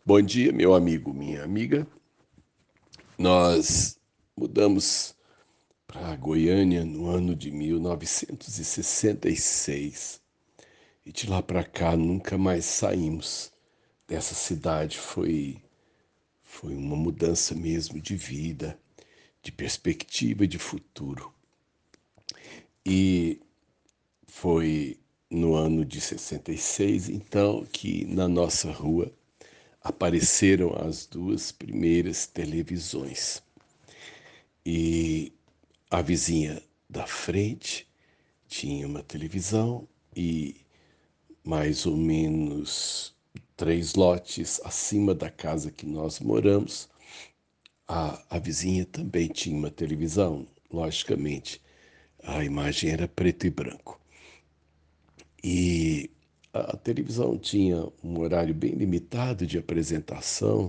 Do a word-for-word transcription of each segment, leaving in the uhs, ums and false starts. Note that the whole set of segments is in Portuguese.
Bom dia, meu amigo, minha amiga. Nós mudamos para Goiânia no ano de mil novecentos e sessenta e seis e de lá para cá nunca mais saímos dessa cidade. Foi, foi uma mudança mesmo de vida, de perspectiva, de futuro. E foi no ano de sessenta e seis, então, que na nossa rua apareceram as duas primeiras televisões. E a vizinha da frente tinha uma televisão e mais ou menos três lotes acima da casa que nós moramos, a, a vizinha também tinha uma televisão. Logicamente, a imagem era preto e branco. E a, a televisão tinha um horário bem limitado de apresentação,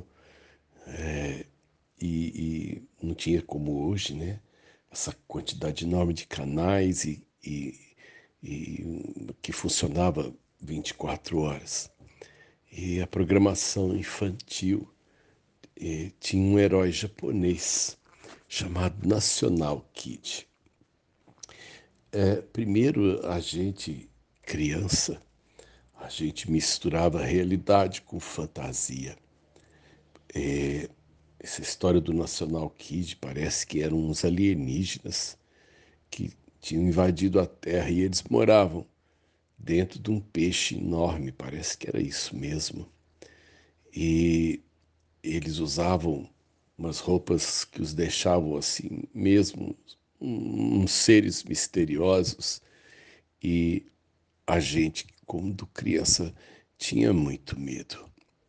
e, e não tinha como hoje, né? Essa quantidade enorme de canais e, e, e que funcionava vinte e quatro horas. E a programação infantil eh, tinha um herói japonês chamado National Kid. É, primeiro, a gente, criança, a gente misturava realidade com fantasia. Essa história do National Kid parece que eram uns alienígenas que tinham invadido a Terra e eles moravam dentro de um peixe enorme, parece que era isso mesmo. E eles usavam umas roupas que os deixavam assim mesmo, um- uns seres misteriosos. E a gente, quando criança, tinha muito medo.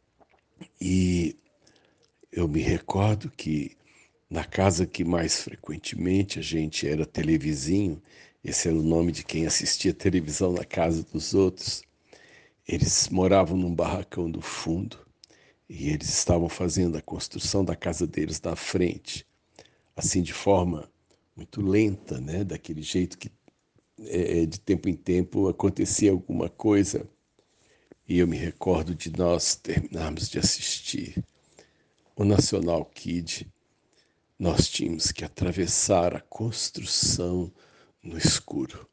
E eu me recordo que na casa que mais frequentemente a gente era televizinho, esse era o nome de quem assistia televisão na casa dos outros. Eles moravam num barracão do fundo e eles estavam fazendo a construção da casa deles na frente, assim de forma muito lenta, né? Daquele jeito que é, de tempo em tempo acontecia alguma coisa. E eu me recordo de nós terminarmos de assistir o National Kid. Nós tínhamos que atravessar a construção no escuro.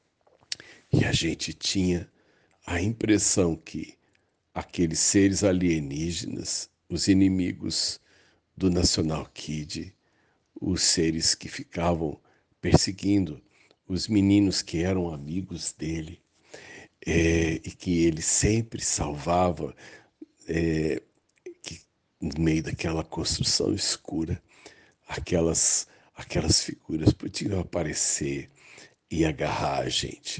E a gente tinha a impressão que aqueles seres alienígenas, os inimigos do National Kid, os seres que ficavam perseguindo os meninos que eram amigos dele, é, e que ele sempre salvava, é, que no meio daquela construção escura, aquelas, aquelas figuras podiam aparecer e agarrar a gente.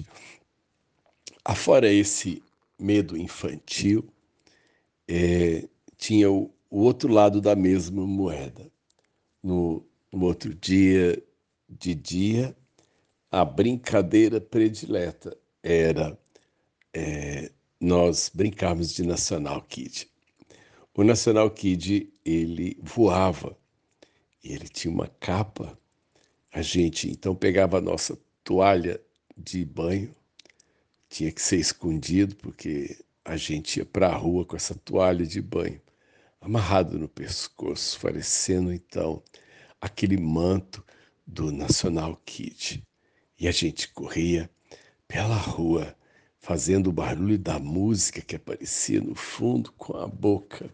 Afora esse medo infantil, é, tinha o, o outro lado da mesma moeda. No, no outro dia, de dia, a brincadeira predileta era é, nós brincarmos de National Kid. O National Kid, ele voava e ele tinha uma capa. A gente então pegava a nossa toalha de banho, tinha que ser escondido porque a gente ia para a rua com essa toalha de banho amarrado no pescoço, parecendo então aquele manto do National Kid. E a gente corria pela rua, fazendo o barulho da música que aparecia no fundo com a boca.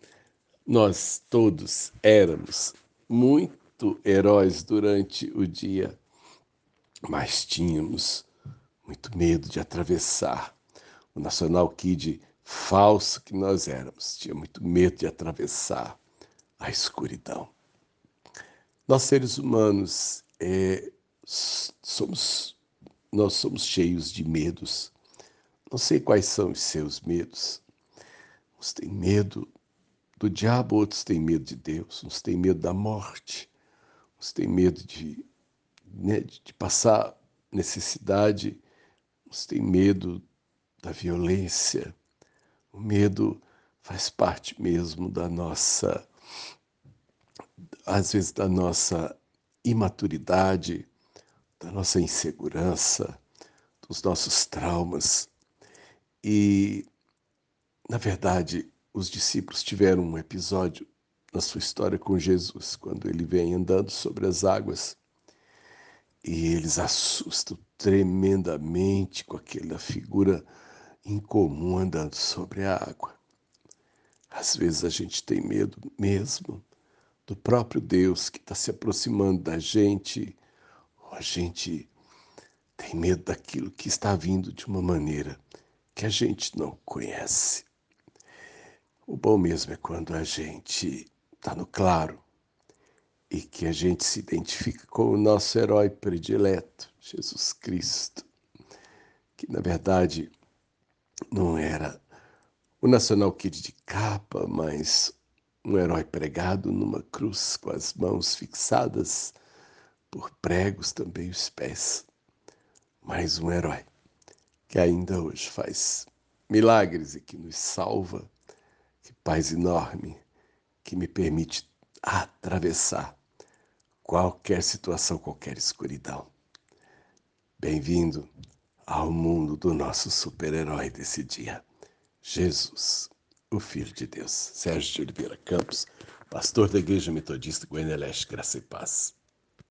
Nós todos éramos muito heróis durante o dia, mas tínhamos muito medo de atravessar. O National Kid falso que nós éramos, tinha muito medo de atravessar a escuridão. Nós seres humanos é, somos, nós somos cheios de medos. Não sei quais são os seus medos. Uns têm medo do diabo, outros têm medo de Deus. Uns têm medo da morte. Uns têm medo de, né, de passar necessidade. Uns têm medo da violência. O medo faz parte mesmo da nossa, às vezes, da nossa imaturidade, da nossa insegurança, dos nossos traumas. E, na verdade, os discípulos tiveram um episódio na sua história com Jesus, quando ele vem andando sobre as águas e eles assustam tremendamente com aquela figura incomum andando sobre a água. Às vezes a gente tem medo mesmo do próprio Deus que está se aproximando da gente, ou a gente tem medo daquilo que está vindo de uma maneira que a gente não conhece. O bom mesmo é quando a gente está no claro e que a gente se identifica com o nosso herói predileto, Jesus Cristo, que na verdade não era o National Kid de capa, mas um herói pregado numa cruz com as mãos fixadas por pregos, também os pés. Mais um herói que ainda hoje faz milagres e que nos salva. Que paz enorme que me permite atravessar qualquer situação, qualquer escuridão. Bem-vindo ao mundo do nosso super-herói desse dia, Jesus, o Filho de Deus. Sérgio de Oliveira Campos, pastor da Igreja Metodista Goiânia Leste, Graça e Paz.